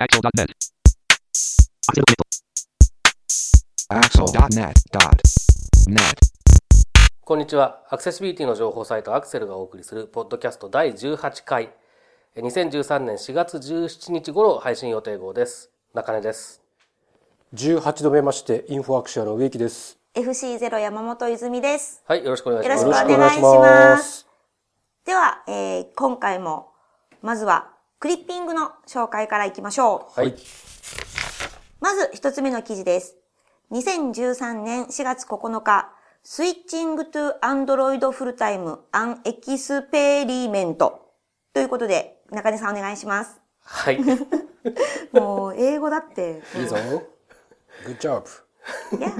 Axel.net. Axel.net.net. こんにちは。アクセシビリティの情報サイトアクセルがお送りするポッドキャスト第18回2013年4月17日頃配信予定号です。中根です。 18度目ましてインフォアクシアの植木です。 FC0 山本泉です。 はい、よろしくお願いします。 よろしくお願いします。では、今回もまずはクリッピングの紹介からいきましょう。 はい。 まず一つ目の記事です。2013年4月9日、スイッチングトゥアンドロイドフルタイムアンエキスペリメントということで、中根さんお願いします。 はい。 もう英語だって。 いいぞ。Good job。 いや。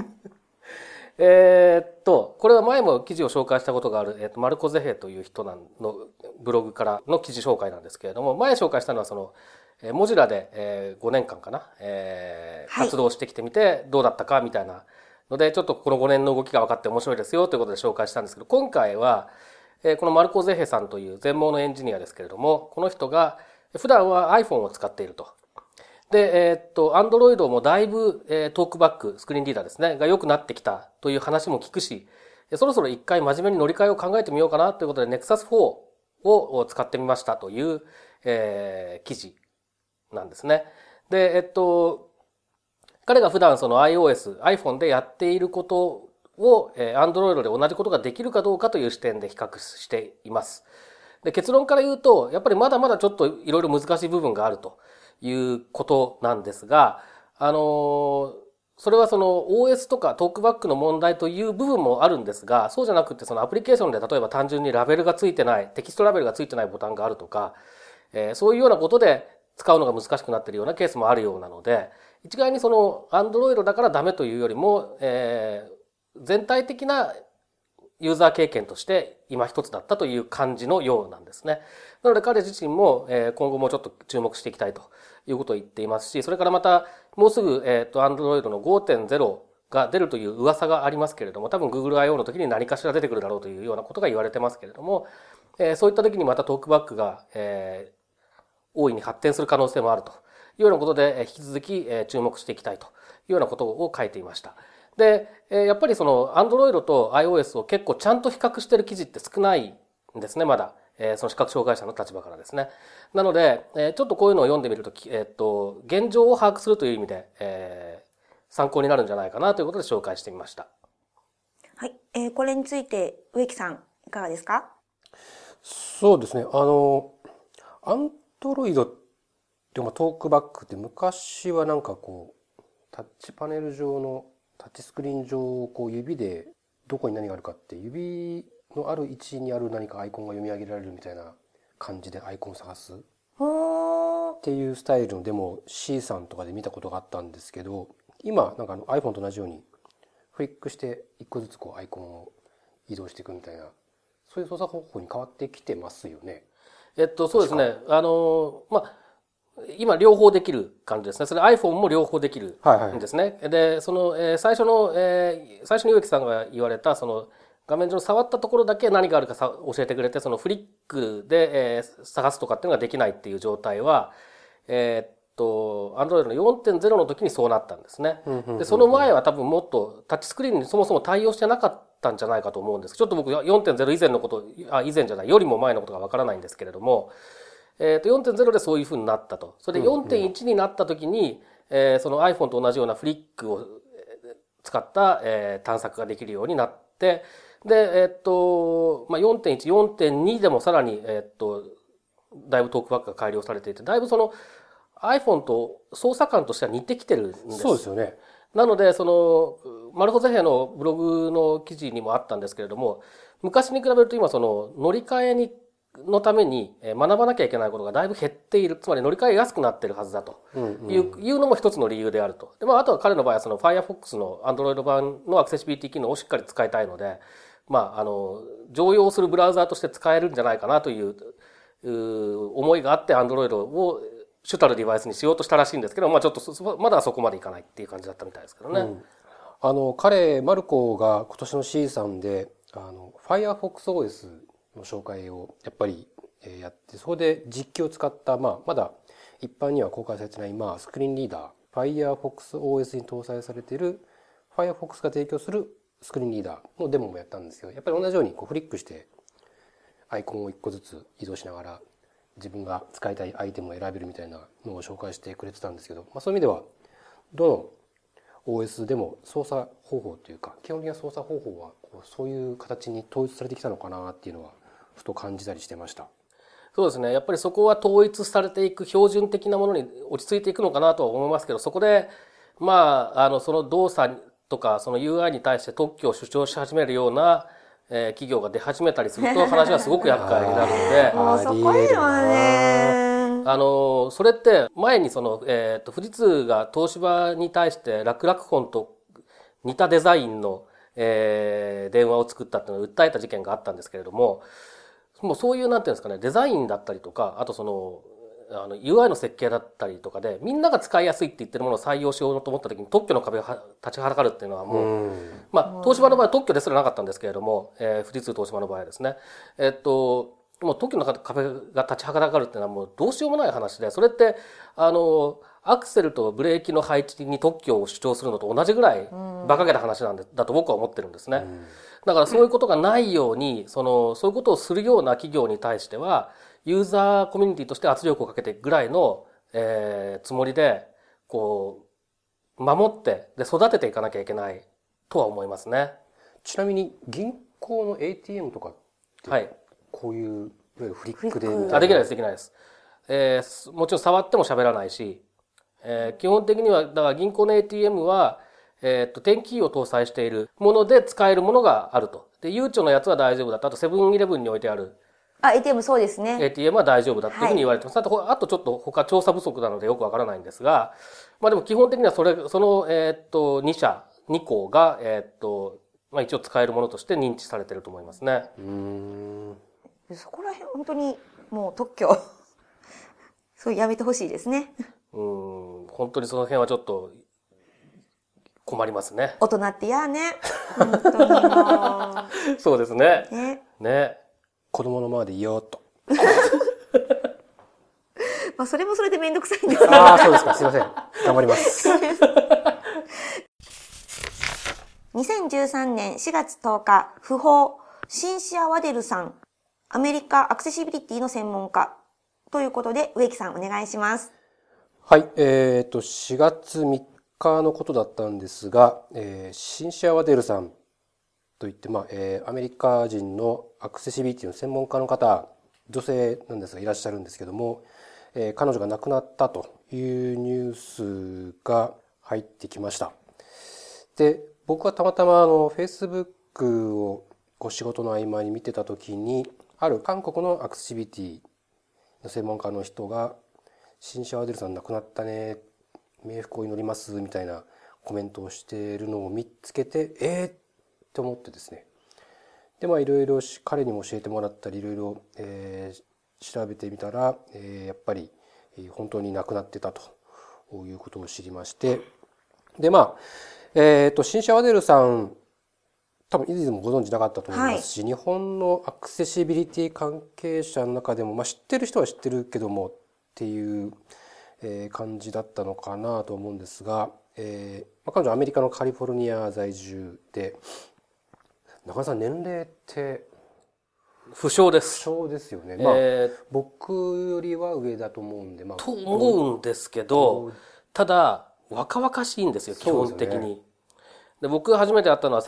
これは前も記事を紹介したことがある、マルコ・ゼヘという人のブログからの記事紹介なんですけれども、前紹介したのはその、モジュラで、5年間かな、活動してきてみてどうだったかみたいなので、ちょっとこの5年の動きが分かって面白いですよということで紹介したんですけど、今回は、このマルコ・ゼヘさんという全盲のエンジニアですけれども、この人が普段は iPhone を使っていると。で、Android もだいぶ、トークバック、スクリーンリーダーですね、が良くなってきたという話も聞くし、そろそろ一回真面目に乗り換えを考えてみようかなということで Nexus 4を使ってみましたという、記事なんですね。で、彼が普段その iPhone でやっていることを Android で同じことができるかどうかという視点で比較しています。で、結論から言うと、やっぱりまだまだちょっといろいろ難しい部分があるということなんですが、それはその OS とかトークバックの問題という部分もあるんですが、そうじゃなくてそのアプリケーションで例えば単純にラベルがついてない、テキストラベルがついてないボタンがあるとか、そういうようなことで使うのが難しくなっているようなケースもあるようなので、一概にその Android だからダメというよりも、全体的なユーザー経験として今一つだったという感じのようなんですね。なので彼自身も今後もちょっと注目していきたいということを言っていますし、それからまたもうすぐAndroid の 5.0 が出るという噂がありますけれども、多分 Google I/O の時に何かしら出てくるだろうというようなことが言われてますけれども、そういった時にまたトークバックが大いに発展する可能性もあるというようなことで引き続き注目していきたいというようなことを書いていました。で、やっぱりその Android と iOS を結構ちゃんと比較している記事って少ないんですね、まだ。その視覚障害者の立場からですね。なので、ちょっとこういうのを読んでみると、現状を把握するという意味で、参考になるんじゃないかなということで紹介してみました。 はい。これについて植木さんいかがですか？ そうですね。アンドロイドってトークバックって昔はなんかこうタッチパネル上のタッチスクリーン上をこう指でどこに何があるかって指のある位置にある何かアイコンが読み上げられるみたいな感じでアイコンを探すっていうスタイルのデモを C さんとかで見たことがあったんですけど、今なんかiPhone と同じようにフリックして一個ずつこうアイコンを移動していくみたいな、そういう操作方法に変わってきてますよね。 そうですね。今両方できる感じですね。それ iPhone も両方できるんですね。で、その、最初に植木さんが言われたその画面上触ったところだけ何があるか教えてくれて、そのフリックで、探すとかっていうのができないっていう状態は、Android の 4.0 の時にそうなったんですね。で、その前は多分もっとタッチスクリーンにそもそも対応してなかったんじゃないかと思うんです。ちょっと僕 4.0 以前のこと、以前じゃない、よりも前のことがわからないんですけれども、4.0 でそういうふうになったと。それで 4.1 になった時に、その iPhone と同じようなフリックを使った、探索ができるようになって、で、4.1、4.2 でもさらに、だいぶトークバックが改良されていて、だいぶその iPhone と操作感としては似てきてるんです。 そうですよね。 なので、その、マルコゼヘのブログの記事にもあったんですけれども、昔に比べると今その乗り換えのために学ばなきゃいけないことがだいぶ減っている。つまり乗り換えやすくなっているはずだというのも一つの理由であると。で、あとは彼の場合はその Firefox の Android 版のアクセシビリティ機能をしっかり使いたいので、常用するブラウザーとして使えるんじゃないかなという思いがあって Android を主たるデバイスにしようとしたらしいんですけど、ちょっとまだそこまでいかないっていう感じだったみたいですけどね。 彼マルコが今年の C さんでFirefox OSの紹介をやっぱりやって、そこで実機を使ったまだ一般には公開されてない、スクリーンリーダー Firefox OS に搭載されている Firefox が提供するスクリーンリーダーのデモもやったんですけど、やっぱり同じようにフリックしてアイコンを1個ずつ移動しながら自分が使いたいアイテムを選べるみたいなのを紹介してくれてたんですけど、そういう意味ではどの OS でも操作方法というか、基本的な操作方法はそういう形に統一されてきたのかなっていうのはふと感じたりしてました。 そうですね。やっぱりそこは統一されていく標準的なものに落ち着いていくのかなとは思いますけど、そこでその動作とかその UI に対して特許を主張し始めるような企業が出始めたりすると話はすごく厄介になるのでもうそこですよね。 それって前に富士通が東芝に対して楽々本と似たデザインの、電話を作ったっていうのを訴えた事件があったんですけれども、もうそういうなんていうんですかね、デザインだったりとか、あとUI の設計だったりとかでみんなが使いやすいって言ってるものを採用しようと思った時に特許の壁が立ちはだかるっていうのはもう、東芝の場合は特許ですらなかったんですけれども、富士通東芝の場合はですね、もう特許の壁が立ちはだかるっていうのはもうどうしようもない話で、それってアクセルとブレーキの配置に特許を主張するのと同じぐらい馬鹿げた話だと僕は思ってるんですね。だからそういうことがないように、そういうことをするような企業に対しては、ユーザーコミュニティとして圧力をかけていくぐらいの、つもりで、守って、で、育てていかなきゃいけないとは思いますね。 ちなみに、銀行の ATM とかって、 はい。 こういう、いわゆるフリックでみたいな。できないです、できないです。もちろん触っても喋らないし、基本的には、だから銀行の ATM は、点キーを搭載しているもので使えるものがあると。で、ゆうちょのやつは大丈夫だと。あとセブンイレブンに置いてある。 ATM そうですね。 ATM は大丈夫だっていうふうに言われてます。あとちょっと他調査不足なのでよくわからないんですが、でも基本的にはその、2項が、一応使えるものとして認知されていると思いますね。 そこら辺本当にもう特許、そうやめてほしいですね。 本当にその辺はちょっと、困りますね。 大人って嫌ね。本当にもう。そうですね。ね。 子供のままでいいよと。 それもそれでめんどくさいんですけど。 そうですか。すいません。頑張ります。 2013年4月10日、訃報、シンシア・ワデルさん、アメリカアクセシビリティの専門家ということで、植木さんお願いします。 はい。4月3日のことだったんですが、シンシア・ワデルさんといって、アメリカ人のアクセシビリティの専門家の方、女性なんですがいらっしゃるんですけども、彼女が亡くなったというニュースが入ってきました。で、僕はたまたまFacebook を仕事の合間に見てた時に、ある韓国のアクセシビリティの専門家の人が、シンシア・ワデルさん亡くなったね、冥福を祈りますみたいなコメントをしているのを見つけて、って思ってですね。で、いろいろ彼にも教えてもらったり、いろいろ、調べてみたら、やっぱり本当に亡くなってたということを知りまして、で、シンシア・ワデルさん、多分以前もご存知なかったと思いますし、日本のアクセシビリティ関係者の中でも、知ってる人は知ってるけどもっていう感じだったのかなと思うんですが、彼女はアメリカのカリフォルニア在住で、中田さん年齢って不詳です。 不詳ですよね。僕よりは上だと思うんで、 と思うんですけど、ただ若々しいんですよ、基本的に。で、僕が初めて会ったのは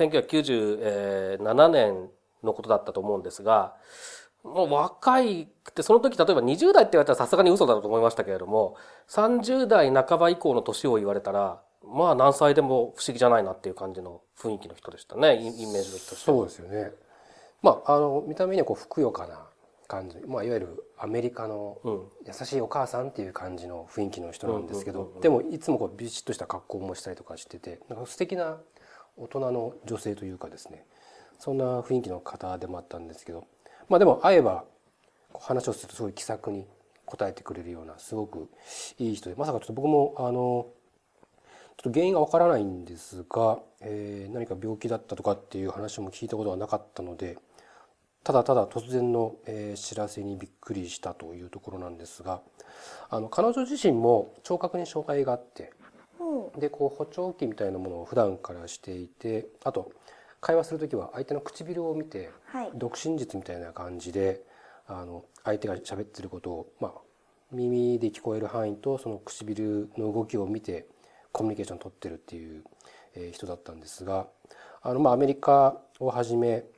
1997年のことだったと思うんですが、もう若いくて、その時例えば20代って言われたらさすがに嘘だと思いましたけれども、30代半ば以降の年を言われたら、何歳でも不思議じゃないなっていう感じの雰囲気の人でしたね、イメージの人として。 そうですよね。見た目にはふくよかな感じ、いわゆるアメリカの優しいお母さんっていう感じの雰囲気の人なんですけど、でもいつもビシッとした格好もしたりとかしてて、素敵な大人の女性というかですね、そんな雰囲気の方でもあったんですけど、でも会えば話をするとすごい気さくに答えてくれるようなすごくいい人で、まさかちょっと僕もちょっと原因がわからないんですが、何か病気だったとかっていう話も聞いたことがなかったので、 ただただ突然の、知らせにびっくりしたというところなんですが、彼女自身も聴覚に障害があって、でこう補聴器みたいなものを普段からしていて、あと会話する時は相手の唇を見て、読心術みたいな感じで相手が喋ってることを、耳で聞こえる範囲とその唇の動きを見てコミュニケーションを取ってるっていう、人だったんですが、アメリカをはじめ、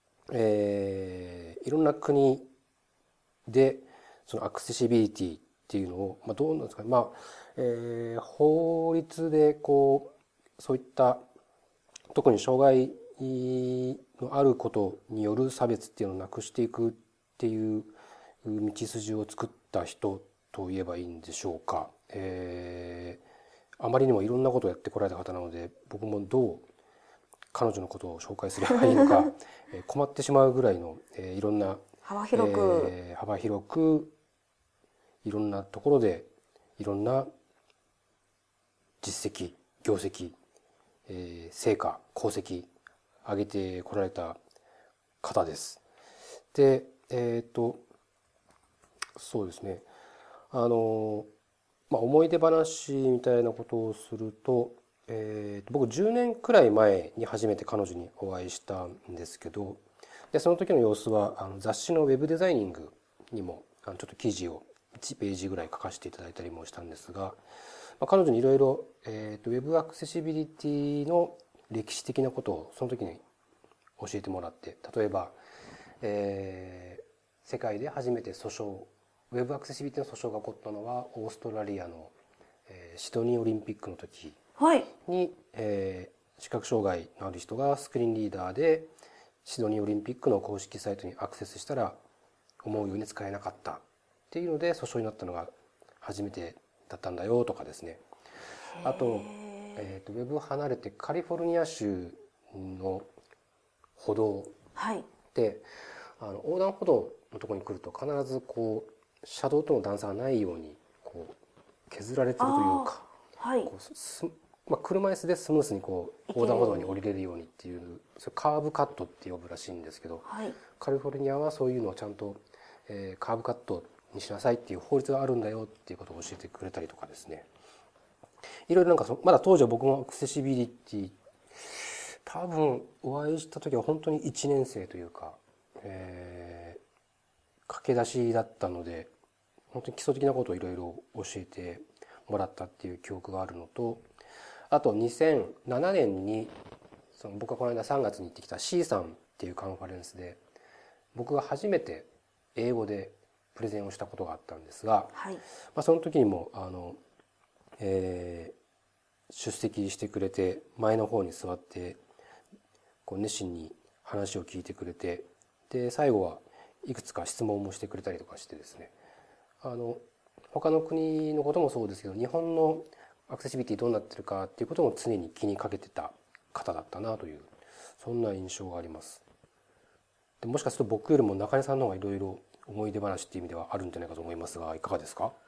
いろんな国でそのアクセシビリティっていうのを、どうなんですかね、法律でこうそういった特に障害のあることによる差別っていうのをなくしていくっていう道筋を作った人といえばいいんでしょうか。あまりにもいろんなことをやってこられた方なので、僕もどう彼女のことを紹介すればいいのか困ってしまうぐらいの、いろんな幅広く、 いろんなところでいろんな実績、業績、成果、功績上げてこられた方です。で、そうですね、思い出話みたいなことをすると、僕10年くらい前に初めて彼女にお会いしたんですけど、でその時の様子は雑誌のウェブデザイニングにもちょっと記事を1ページぐらい書かせていただいたりもしたんですが、彼女にいろいろウェブアクセシビリティの歴史的なことをその時に教えてもらって、例えば、世界で初めて訴訟、ウェブアクセシビリティの訴訟が起こったのはオーストラリアの、シドニーオリンピックの時に、視覚障害のある人がスクリーンリーダーでシドニーオリンピックの公式サイトにアクセスしたら思うように使えなかったっていうので訴訟になったのが初めてだったんだよとかですね。あと、ウェブ離れてカリフォルニア州の歩道で、横断歩道のところに来ると必ずこう車道との段差がないようにこう削られてるというか、車椅子でスムースにこう横断歩道に降りれるようにっていう、それカーブカットって呼ぶらしいんですけど、カリフォルニアはそういうのをちゃんと、カーブカットにしなさいっていう法律があるんだよっていうことを教えてくれたりとかですね。いろいろまだ当時は僕もアクセシビリティ多分お会いした時は本当に1年生というか、駆け出しだったので本当に基礎的なことをいろいろ教えてもらったっていう記憶があるのと、あと2007年に僕がこの間3月に行ってきた C さんっていうカンファレンスで僕が初めて英語でプレゼンをしたことがあったんですが、その時にも出席してくれて前の方に座ってこう熱心に話を聞いてくれて、で最後はいくつか質問もしてくれたりとかしてですね、他の国のこともそうですけど日本のアクセシビリティどうなってるかっていうことも常に気にかけてた方だったなという、そんな印象があります。でもしかすると僕よりも中根さんの方がいろいろ思い出話っていう意味ではあるんじゃないかと思いますが、いかがですか？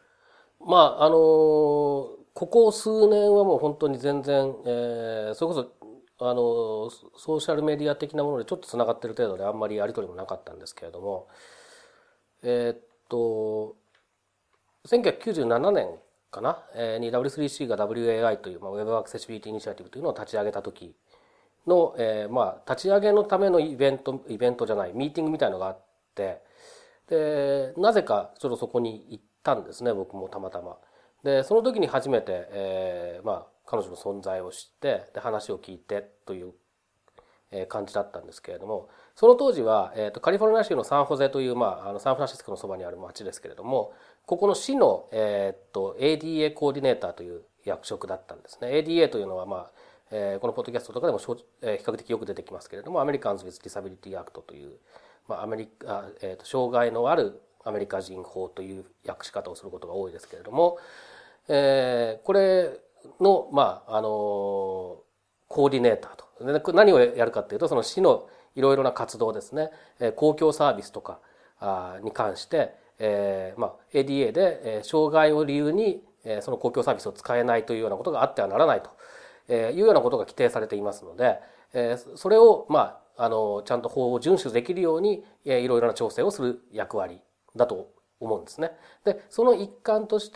ここ数年はもう本当に全然、それこそソーシャルメディア的なものでちょっとつながってる程度であんまりやり取りもなかったんですけれども、1997年かな、に W3C が WAI という、Web アクセシビリティイニシアティブというのを立ち上げた時の、立ち上げのためのイベントじゃないミーティングみたいのがあって、でなぜかちょっとそこに行ったんですね、僕もたまたま。でその時に初めて、彼女の存在を知ってで話を聞いてという感じだったんですけれども、その当時は、カリフォルニア州のサンホゼという、サンフランシスコのそばにある町ですけれども、ここの市の、ADA コーディネーターという役職だったんですね。ADA というのは、このポッドキャストとかでも比較的よく出てきますけれども、アメリカンズ・ウィズ・ディサビリティ・アクトという、障害のあるアメリカ人法という訳し方をすることが多いですけれども、これの、コーディネーターと。何をやるかというと、その市のいろいろな活動ですね、公共サービスとかに関して、ADA で障害を理由にその公共サービスを使えないというようなことがあってはならないというようなことが規定されていますので、それをちゃんと法を遵守できるように、いろいろな調整をする役割だと思うんですね。で、その一環として、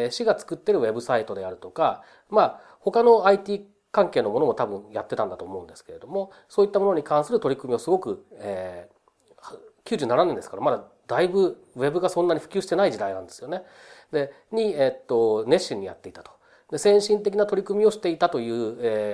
市が作ってるウェブサイトであるとか、他の IT 関係のものも多分やってたんだと思うんですけれども、そういったものに関する取り組みをすごく、97年ですから、まだだいぶウェブがそんなに普及してない時代なんですよね。で、熱心にやっていたと。で、先進的な取り組みをしていたという、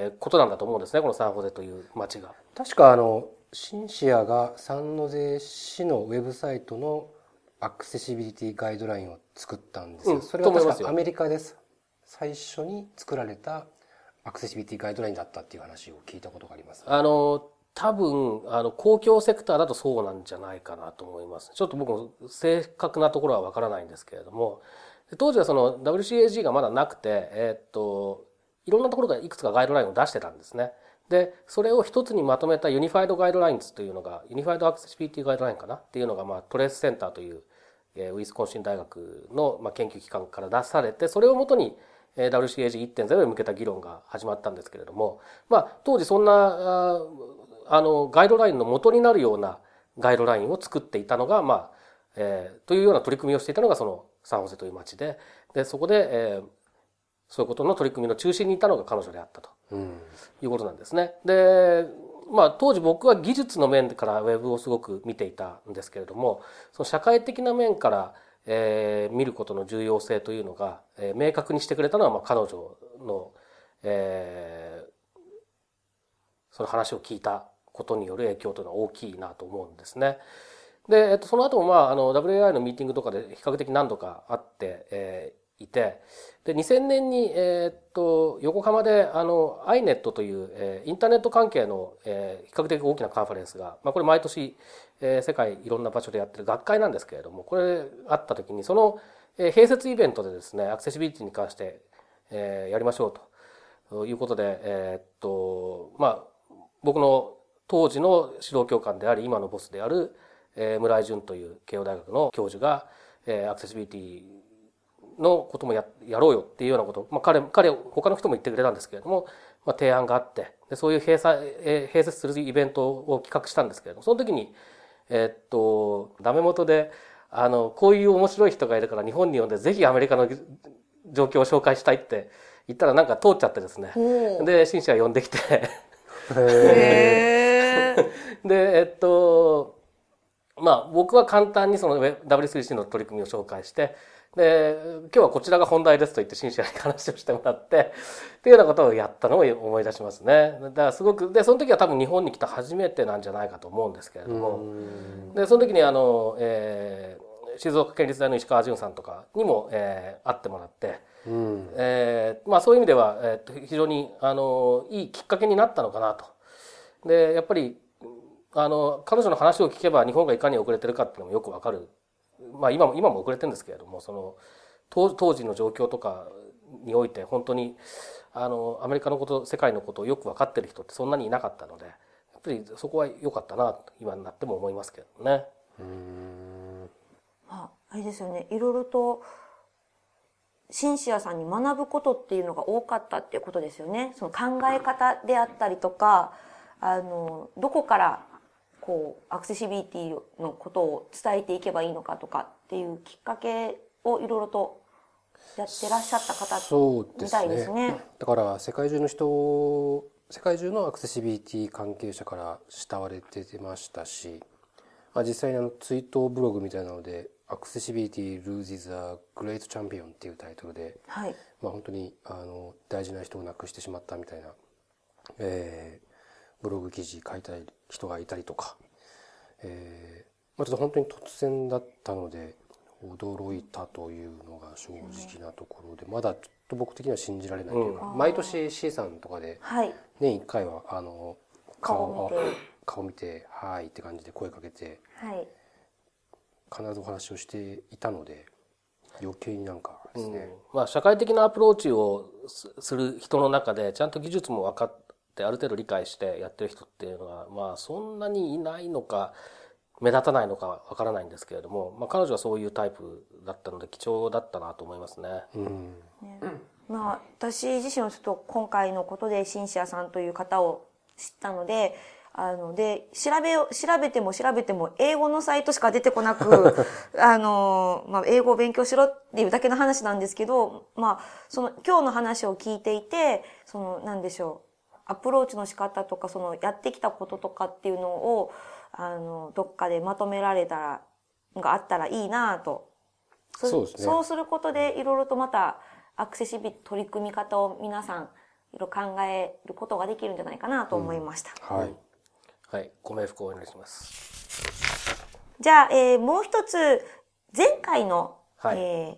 ことなんだと思うんですね、このサンホゼという町が。 確かシンシアがサンノゼ市のウェブサイトのアクセシビリティガイドラインを作ったんですよ。それは確かアメリカです。最初に作られたアクセシビリティガイドラインだったっていう話を聞いたことがあります。 多分、公共セクターだとそうなんじゃないかなと思います。ちょっと僕も正確なところはわからないんですけれども、当時はその WCAG がまだなくて、いろんなところがいくつかガイドラインを出してたんですね。で、それを一つにまとめたユニファイドガイドラインズというのが、ユニファイドアクセシビリティガイドラインかなっていうのが、トレースセンターという、ウィスコンシン大学の、研究機関から出されて、それをもとに、WCAG1.0 に向けた議論が始まったんですけれども、当時そんな、ガイドラインの元になるようなガイドラインを作っていたのが、というような取り組みをしていたのがそのサンホセという町で、そこで、そういうことの取り組みの中心にいたのが彼女であったということなんですね。で、当時僕は技術の面からウェブをすごく見ていたんですけれども、その社会的な面から、見ることの重要性というのが、明確にしてくれたのは、彼女の、その話を聞いたことによる影響というのは大きいなと思うんですね。で、その後もWAI のミーティングとかで比較的何度かあって、いて、で、2000年に、横浜でINET という、インターネット関係の、比較的大きなカンファレンスが、これ毎年、世界いろんな場所でやってる学会なんですけれども、これあった時に、その、併設イベントでですね、アクセシビリティに関して、やりましょうということで、僕の当時の指導教官であり、今のボスである、村井淳という慶応大学の教授が、アクセシビリティのこともやろうよっていうようなことを、彼他の人も言ってくれたんですけれども、提案があって、でそういう併設するイベントを企画したんですけれども、その時に、ダメ元で、こういう面白い人がいるから日本に呼んでぜひアメリカの状況を紹介したいって言ったらなんか通っちゃってですね。で、シンシア呼んできてで、僕は簡単にその W3C の取り組みを紹介して、で、今日はこちらが本題ですと言ってシンシアに話をしてもらって、っていうようなことをやったのを思い出しますね。だからすごく、で、その時は多分日本に来た初めてなんじゃないかと思うんですけれども、で、その時に静岡県立大の石川淳さんとかにも、会ってもらって、そういう意味では、非常にいいきっかけになったのかなと。で、やっぱり彼女の話を聞けば日本がいかに遅れてるかっていうのもよくわかる。今も遅れてるんですけれども、その当時の状況とかにおいて本当にアメリカのこと、世界のことをよくわかってる人ってそんなにいなかったので、やっぱりそこは良かったなと今になっても思いますけどね。 あれですよね。いろいろとシンシアさんに学ぶことっていうのが多かったっていうことですよね。その考え方であったりとか、どこからアクセシビリティのことを伝えていけばいいのかとかっていうきっかけをいろいろとやってらっしゃった方みたいですね。 だから世界中のアクセシビリティ関係者から慕われてましたし、実際にツイートブログみたいなので「アクセシビリティ loses a great champion」っていうタイトルで、本当に大事な人を亡くしてしまったみたいな、ブログ記事書いた人がいたりとか、ちょっと本当に突然だったので驚いたというのが正直なところで、まだちょっと僕的には信じられないというか、毎年 C さんとかで年1回は顔見て「はい」って感じで声かけて、必ずお話をしていたので余計になんかですね、 社会的なアプローチをする人の中でちゃんと技術も分かってある程度理解してやってる人っていうのはそんなにいないのか目立たないのか分からないんですけれども、彼女はそういうタイプだったので貴重だったなと思いますね。 私自身はちょっと今回のことでシンシアさんという方を知ったので、 で、調べても英語のサイトしか出てこなく、英語を勉強しろっていうだけの話なんですけど、今日の話を聞いていて、なんでしょう、アプローチの仕方とか、やってきたこととかっていうのを、どっかでまとめられたら、があったらいいなと。 そうですね。 そうすることで、いろいろとまた、アクセシビリティ取り組み方を皆さん、いろいろ考えることができるんじゃないかなと思いました。 はい。 はい。ご冥福をお願いします。 じゃあ、もう一つ、前回の、 はい、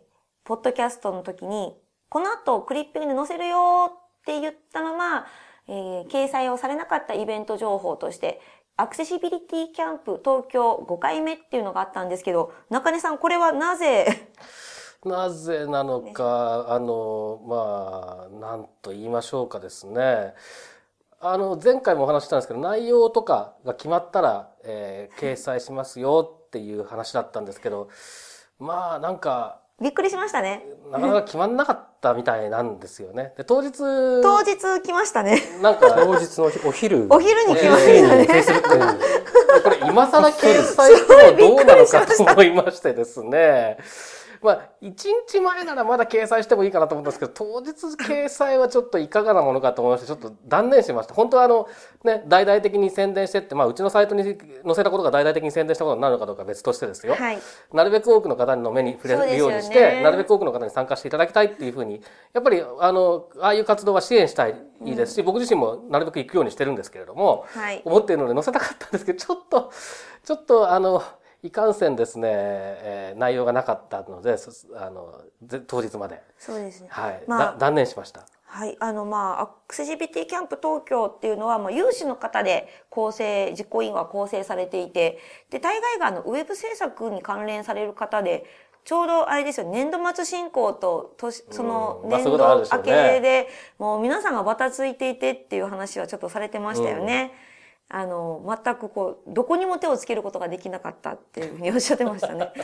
ポッドキャストの時に、この後クリッピングで載せるよって言ったまま、掲載をされなかったイベント情報として、アクセシビリティキャンプ東京5回目っていうのがあったんですけど、中根さん、これはなぜなぜなのか、なんと言いましょうかですね。前回もお話ししたんですけど、内容とかが決まったら、掲載しますよっていう話だったんですけど、なんか、 びっくりしましたね。 なかなか決まんなかったみたいなんですよね。で、当日来ましたね。 なんか、 当日のお昼。 お昼に来ましたね。 これ今更掲載してもどうなのかと思いましてですね。1日前ならまだ掲載してもいいかなと思ったんですけど、当日掲載はちょっといかがなものかと思いまして、ちょっと断念しました。本当は大々的に宣伝してって、うちのサイトに載せたことが大々的に宣伝したことになるのかどうかは別としてですよ。 はい。 なるべく多くの方の目に触れるようにして、なるべく多くの方に参加していただきたいっていうふうに、やっぱり、ああいう活動は支援したいですし、僕自身もなるべく行くようにしてるんですけれども、 はい、 思っているので載せたかったんですけど、ちょっと、いかんせんですね、内容がなかったので、当日まで。 そうですね。 はい。断念しました。 はい。アクセシビリティキャンプ東京っていうのは、有志の方で実行委員は構成されていて、で、大概がウェブ制作に関連される方で、ちょうどあれですよ、年度末進行と、その年度明けで、もう皆さんがバタついていてっていう話はちょっとされてましたよね。全くどこにも手をつけることができなかったっていうふうにおっしゃってましたね。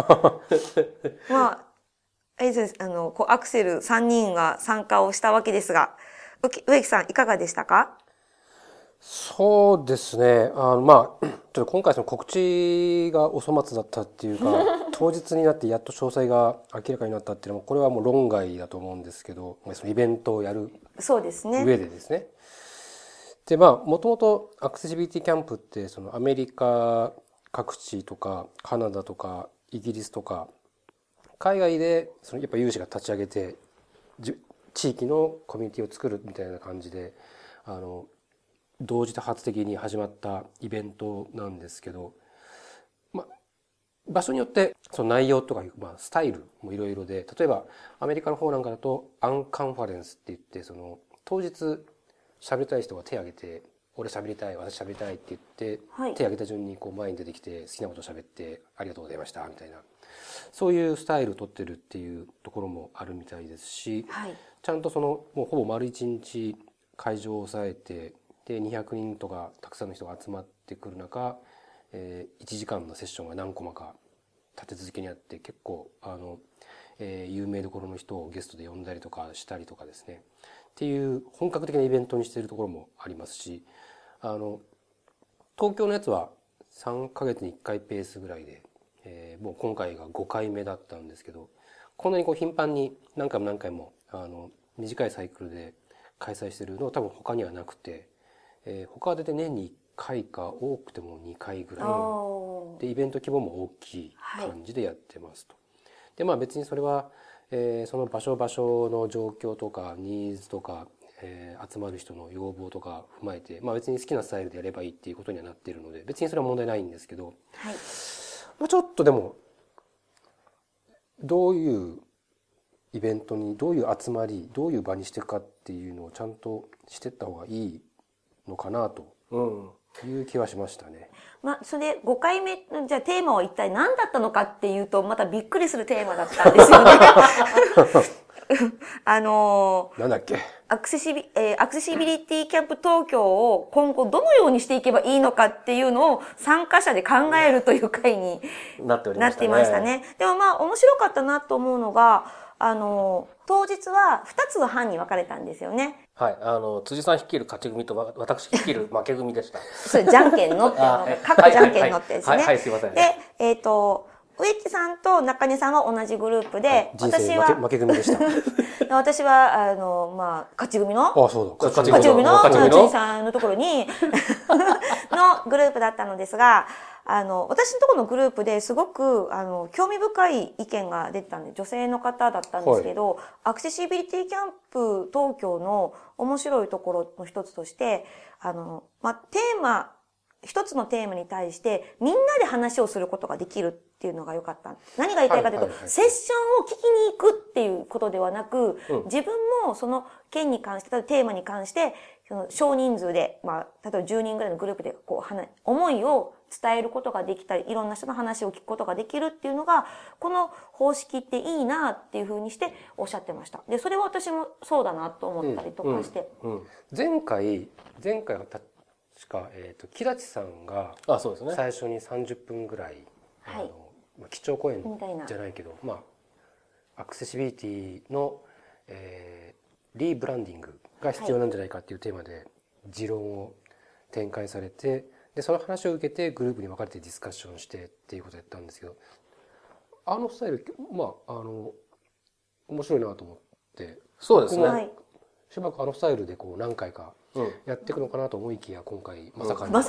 あれです、アクセル3人が参加をしたわけですが、植木さんいかがでしたか？ そうですね。ちょっと今回告知がお粗末だったっていうか、当日になってやっと詳細が明らかになったっていうのも、これはもう論外だと思うんですけど、そのイベントをやるそうですね。 上でですね。で、もともとアクセシビリティキャンプって、アメリカ各地とか、カナダとか、イギリスとか、海外で、やっぱ有志が立ち上げて、地域のコミュニティを作るみたいな感じで、同時多発的に始まったイベントなんですけど、場所によって、その内容とか、スタイルもいろいろで、例えば、アメリカの方なんかだと、アンカンファレンスって言って、当日、喋りたい人が手を挙げて、俺喋りたい、私喋りたいって言って、手を挙げた順に前に出てきて、好きなこと喋って、ありがとうございました、みたいな。そういうスタイルを取ってるっていうところもあるみたいですし、ちゃんともうほぼ丸一日会場を抑えて、で、200人とかたくさんの人が集まってくる中、1時間のセッションが何コマか立て続けにあって、結構、有名どころの人をゲストで呼んだりとかしたりとかですね。っていう本格的なイベントにしているところもありますし、東京のやつは3ヶ月に1回ペースぐらいで、もう今回が5回目だったんですけど、こんなに頻繁に何回も短いサイクルで開催しているのは多分他にはなくて、他は大体年に1回か多くても2回ぐらいで、イベント規模も大きい感じでやってますと。で、別にそれはその場所の状況とかニーズとか、集まる人の要望とか踏まえて、別に好きなスタイルでやればいいっていうことにはなっているので、別にそれは問題ないんですけど、ちょっとでもどういうイベントにどういう集まりどういう場にしていくかっていうのをちゃんとしていった方がいいのかなという気はしましたね。 それ5回目じゃあテーマは一体何だったのかっていうと、またびっくりするテーマだったんですよね。 なんだっけ？ アクセシビリティキャンプ東京を今後どのようにしていけばいいのかっていうのを参加者で考えるという会になっていましたね。でも面白かったなと思うのが、当日は2つの班に分かれたんですよね。 はい、辻さん率いる勝ち組と私率いる負け組でした。 それじゃんけんのっていうので、各じゃんけんのってですね。 はい、すいません。 で、植地さんと中根さんは同じグループで、 私は負け組でした。 私は勝ち組の勝ち組の辻さんのところにのグループだったのですが、私のところのグループですごく興味深い意見が出てたんで、女性の方だったんですけど、アクセシビリティキャンプ東京の面白いところの一つとして、一つのテーマに対してみんなで話をすることができるっていうのが良かった。何が言いたいかというと、セッションを聞きに行くっていうことではなく、自分もその件に関して、テーマに関して、その少人数で、例えば10人ぐらいのグループで思いを伝えることができたり、いろんな人の話を聞くことができるっていうのが、この方式っていいなっていうふうにしておっしゃってました。で、それは私もそうだなと思ったりとかして。 前回は確か、木立さんが最初に30分ぐらい、基調講演じゃないけど、アクセシビリティの、リーブランディングが必要なんじゃないかっていうテーマで持論を展開されて、でその話を受けてグループに分かれてディスカッションしてっていうことをやったんですけど、あのスタイル面白いなと思って、 そうですね。 しばらくあのスタイルで何回かやっていくのかなと思いきや、今回まさかのノ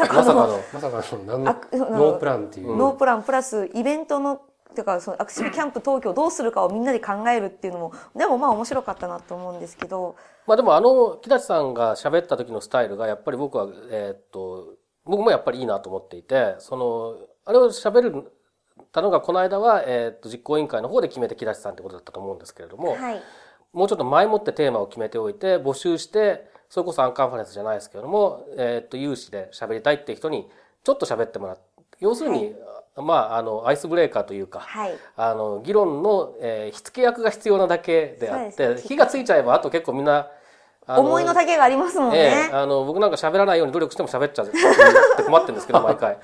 ープランっていう、 ノープランプラスイベントのてかそのアクションキャンプ東京どうするかをみんなで考えるっていうのもでも面白かったなと思うんですけど、 でも木立さんが喋った時のスタイルがやっぱり僕もやっぱりいいなと思っていて、あれを喋るたのがこの間は実行委員会の方で決めて木立さんってことだったと思うんですけれども、もうちょっと前もってテーマを決めておいて募集して、それこそアンカンファレンスじゃないですけれども、有志で喋りたいっていう人にちょっと喋ってもらって、要するに、アイスブレーカーというか、議論の、火付け役が必要なだけであって、火がついちゃえばあと結構みんな思いの丈がありますもんね。 僕なんか喋らないように努力しても喋っちゃうって困ってるんですけど毎回。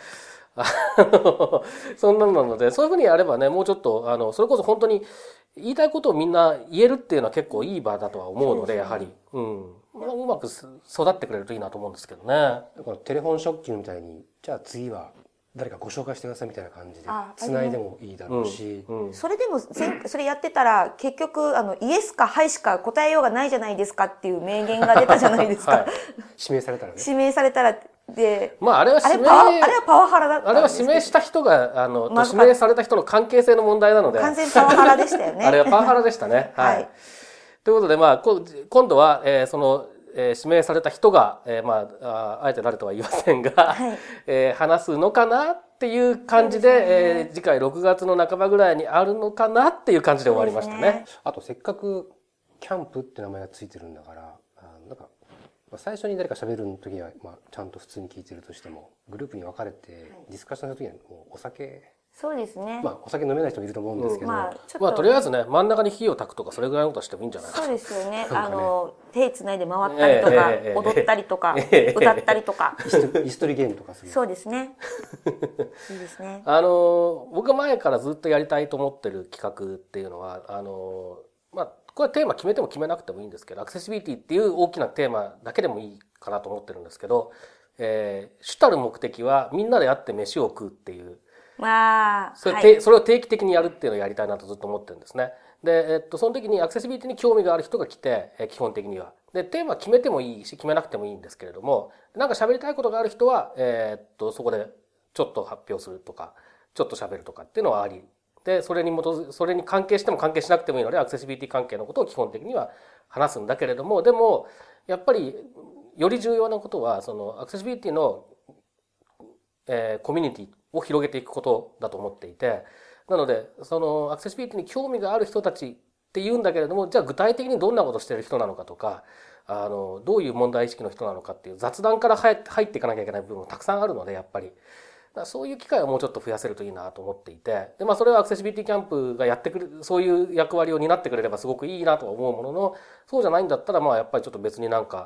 そんなのなので、そういうふうにやればね、もうちょっとそれこそ本当に言いたいことをみんな言えるっていうのは結構いい場だとは思うので、やはり、うまく育ってくれるといいなと思うんですけどね。だからテレフォンショッキングみたいに、じゃあ次は誰かご紹介してくださいみたいな感じで繋いでもいいだろうし、 それでもそれやってたら結局イエスかハイしか答えようがないじゃないですかっていう名言が出たじゃないですか。 指名されたらね。 指名されたらで、 あれはパワハラだったんですけど。 あれは指名した人が指名された人の関係性の問題なので、 完全パワハラでしたよね。 あれはパワハラでしたね。はい。ということで今度は指名された人があえて誰とは言いませんが、話すのかなっていう感じで、次回6月の半ばぐらいにあるのかなっていう感じで終わりましたね。 あとせっかくキャンプって名前がついてるんだから、最初に誰か喋る時にはちゃんと普通に聞いてるとしても、グループに分かれてディスカッションする時にはもうお酒。 そうですね。 お酒飲めない人もいると思うんですけど、とりあえずね、真ん中に火を焚くとかそれぐらいのことしてもいいんじゃないかな。 そうですよね。手つないで回ったりとか、踊ったりとか、歌ったりとか、 椅子取りゲームとかする。 そうですね。いいですね。 僕が前からずっとやりたいと思ってる企画っていうのは、これはテーマ決めても決めなくてもいいんですけど、アクセシビリティっていう大きなテーマだけでもいいかなと思ってるんですけど、主たる目的はみんなで会って飯を食うっていう。それを定期的にやるっていうのをやりたいなとずっと思ってるんですね。で、その時にアクセシビリティに興味がある人が来て、基本的には。で、テーマ決めてもいいし、決めなくてもいいんですけれども、なんか喋りたいことがある人は、そこでちょっと発表するとか、ちょっと喋るとかっていうのはあり。で、それに関係しても関係しなくてもいいので、アクセシビリティ関係のことを基本的には話すんだけれども、でも、やっぱり、より重要なことは、アクセシビリティの、コミュニティを広げていくことだと思っていて、なのでアクセシビリティに興味がある人たちって言うんだけれども、じゃあ具体的にどんなことをしている人なのかとか、どういう問題意識の人なのかっていう雑談から入っていかなきゃいけない部分もたくさんあるので、やっぱりそういう機会をもうちょっと増やせるといいなと思っていて、でそれはアクセシビリティキャンプがやってくれる、そういう役割を担ってくれればすごくいいなとは思うものの、そうじゃないんだったらやっぱりちょっと別になんか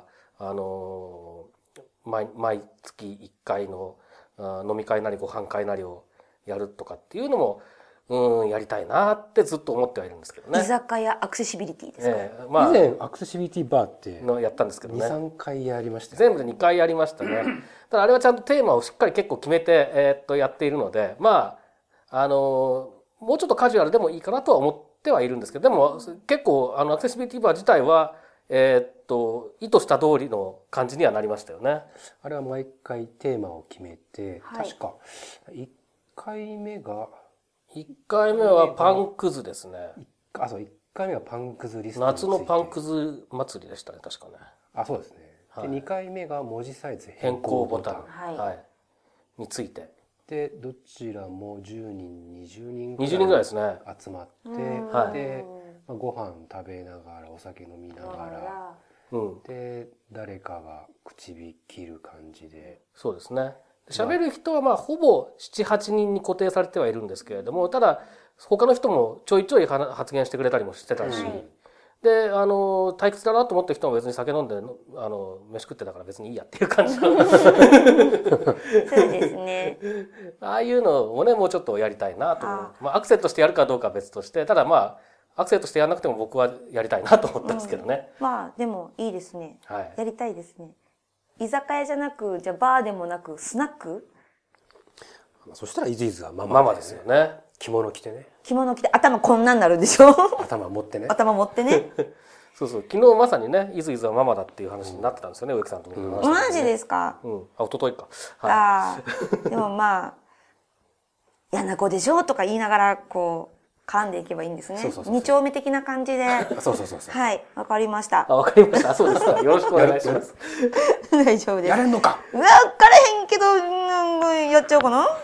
毎月1回の飲み会なりご飯会なりをやるとかっていうのもやりたいなってずっと思ってはいるんですけどね。 居酒屋アクセシビリティですか？ 以前アクセシビリティバーってやったんですけどね。 2、3回やりましたよね。 全部で2回やりましたね。ただあれはちゃんとテーマをしっかり結構決めて、やっているので、もうちょっとカジュアルでもいいかなとは思ってはいるんですけど、でも結構アクセシビリティバー自体は、意図した通りの感じにはなりましたよね。 あれは毎回テーマを決めて、 はい、 確か1回目はパンくずですね。 そう、1回目はパンくずリスト夏のパンくず祭りでしたね、確かね。 そうですね。で、2回目が文字サイズ変更ボタン、について。 で、どちらも10人、20人ぐらいですね。 集まって、で、ご飯食べながら、お酒飲みながら、で、誰かが口火切る感じで。 そうですね。喋る人はほぼ7、8人に固定されてはいるんですけれども、ただ他の人もちょいちょい発言してくれたりもしてたし、で、退屈だなと思った人も別に酒飲んで、飯食ってたから別にいいやっていう感じの。そうですね。 ああいうのをね、もうちょっとやりたいなと思う。アクセントしてやるかどうかは別として、ただアクセントしてやらなくても僕はやりたいなと思ったんですけどね。 でもいいですね。やりたいですね。居酒屋じゃなく、じゃあバーでもなく、スナック？ そしたらイズイズはママですよね。 着物着てね。 着物着て頭こんなんなるでしょ？ 頭持ってね。 頭持ってね。 そうそう。昨日まさにね、イズイズはママだっていう話になってたんですよね、植木さんとも話した、 マジですか？ 一昨日か。 でも嫌な子でしょとか言いながら、噛んでいけばいいんですね。二丁目的な感じで。 そう。 はい、わかりました。 わかりました。そうですか。よろしくお願いします。 大丈夫です。 やれんのか？ わかれへんけど、やっちゃおうかな。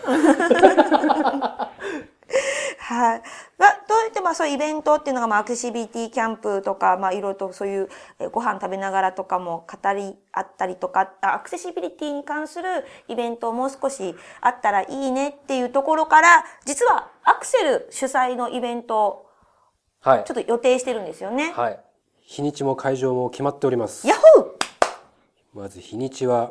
はい。どうやってそういうイベントっていうのがアクセシビリティキャンプとか、いろいろとそういうご飯食べながらとかも語りあったりとか、アクセシビリティに関するイベントをもう少しあったらいいねっていうところから、実はアクセル主催のイベントをちょっと予定してるんですよね。 はい。 日にちも会場も決まっております。 ヤッホー！ まず日にちは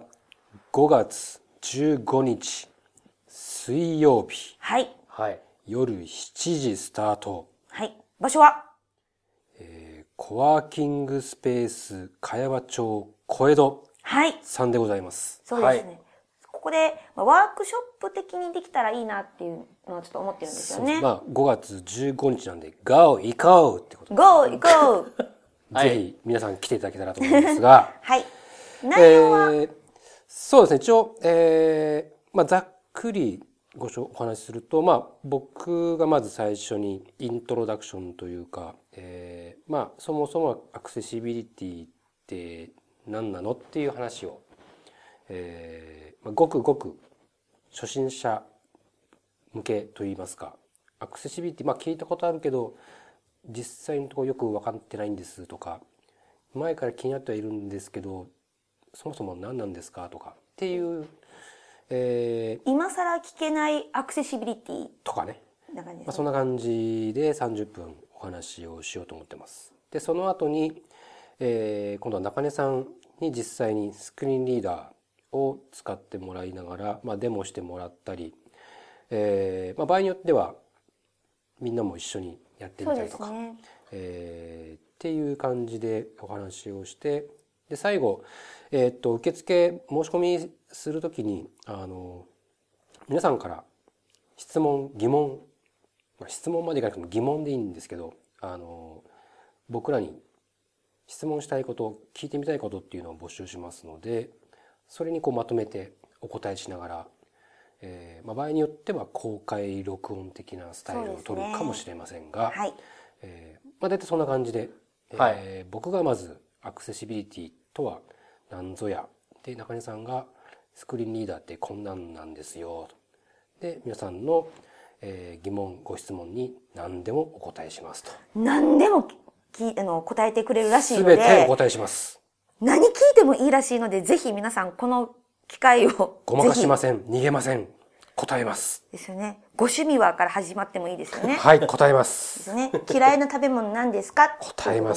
5月15日水曜日。 はい。 夜7時スタート。 はい。場所はコワーキングスペース茅場町小江戸さんでございます。 そうですね。ここでワークショップ的にできたらいいなっていうのをちょっと思ってるんですよね。 5月15日なんで GO 行こうってことで。 GO 行こうぜひ皆さん来ていただけたらと思うんですが。 はい。内容は、 そうですね。一応、ざっくりお話しすると、僕がまず最初にイントロダクションというか、そもそもアクセシビリティって何なのっていう話を、ごくごく初心者向けといいますか、アクセシビリティ、聞いたことあるけど、実際のところよく分かってないんですとか、前から気になってはいるんですけど、そもそも何なんですかとかっていう、 今更聞けないアクセシビリティとかね。そんな感じで30分お話をしようと思ってます。で、その後に、今度は中根さんに実際にスクリーンリーダーを使ってもらいながら、デモしてもらったり、場合によってはみんなも一緒にやってみたりとか、っていう感じでお話をして、で最後、受付申し込みするときに皆さんから質問疑問、質問までいかなくても疑問でいいんですけど、僕らに質問したいこと聞いてみたいことっていうのを募集しますので、それにまとめてお答えしながら、場合によっては公開録音的なスタイルを取るかもしれませんが、大体そんな感じで、僕がまずアクセシビリティとは何ぞやで、中根さんがスクリーンリーダーってこんなんなんですよで、皆さんの、疑問ご質問に何でもお答えしますと。 何でも答えてくれるらしいので、 全てお答えします。 何聞いてもいいらしいので、ぜひ皆さんこの機会をごまかしません、逃げません、答えます。 ですよね。ご趣味はから始まってもいいですよね。 はい、答えます。 ですね。嫌いな食べ物何ですか？ 答えます。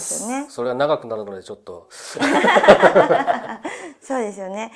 それは長くなるのでちょっと。 そうですよね。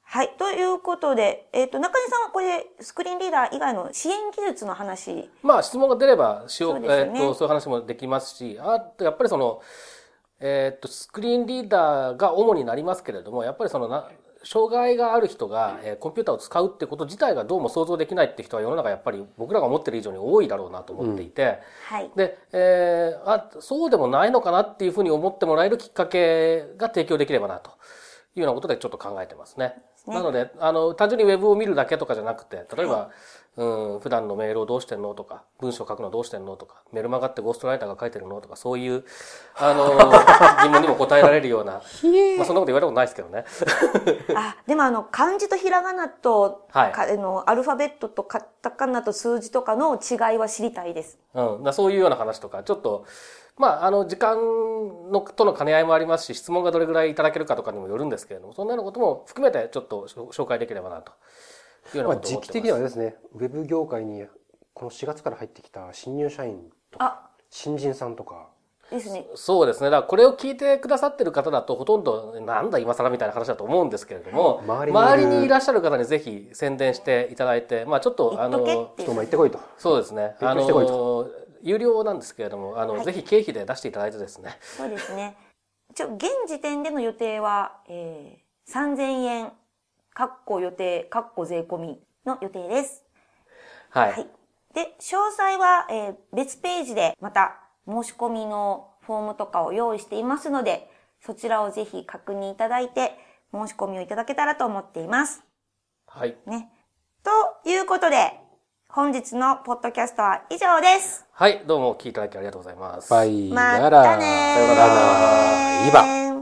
はい。ということで、中根さんはこれ、スクリーンリーダー以外の支援技術の話。 まあ、質問が出ればそうですねそういう話もできますし、あと、やっぱりその、スクリーンリーダーが主になりますけれども、やっぱりその障害がある人がコンピューターを使うってこと自体がどうも想像できないって人は世の中やっぱり僕らが思ってる以上に多いだろうなと思っていて、 はい。 で、そうでもないのかなっていうふうに思ってもらえるきっかけが提供できればなというようなことでちょっと考えてますね。なので、単純にウェブを見るだけとかじゃなくて、例えば、普段のメールをどうしてんのとか、文章を書くのどうしてんのとか、メルマガってゴーストライターが書いてるのとか、そういう、疑問にも答えられるような、まあそんなこと言われたことないですけどね。 でも漢字とひらがなと、 はいアルファベットとカタカナと数字とかの違いは知りたいです。 そういうような話とか、ちょっと、まあ、時間との兼ね合いもありますし、質問がどれぐらいいただけるかとかにもよるんですけれども、そんなようなことも含めてちょっと紹介できればなというようなことを思ってます。 時期的にはですね、ウェブ業界にこの4月から入ってきた新入社員とか、新人さんとか。 ですね。 そうですね。だからこれを聞いてくださってる方だとほとんどなんだ今更みたいな話だと思うんですけれども、周りにいらっしゃる方にぜひ宣伝していただいて、まあちょっと人も行ってこいと。 そうですね。 勉強してこいと。 有料なんですけれども、ぜひ経費で出していただいてですね。 そうですね。現時点での予定は、3000円、予定、税込みの予定です。 はい。 はい。で、詳細は、別ページでまた申し込みのフォームとかを用意していますので、そちらをぜひ確認いただいて、申し込みをいただけたらと思っています。 はい。 ね。ということで、本日のポッドキャストは以上です。 はい、どうも聞いていただきありがとうございます。 バイまやら。 たねー。 さようなら。 イバ。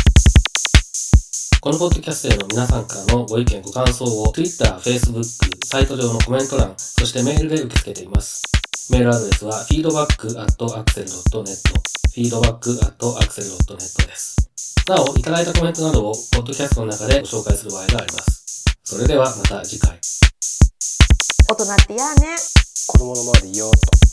このポッドキャストへの皆さんからのご意見ご感想を Twitter、Facebook、サイト上のコメント欄、そしてメールで受け付けています。メールアドレスは feedback@axel.net feedback@axel.net です。なお、いただいたコメントなどをポッドキャストの中でご紹介する場合があります。それではまた次回。 大人ってやーね。 子供のままでいいよと。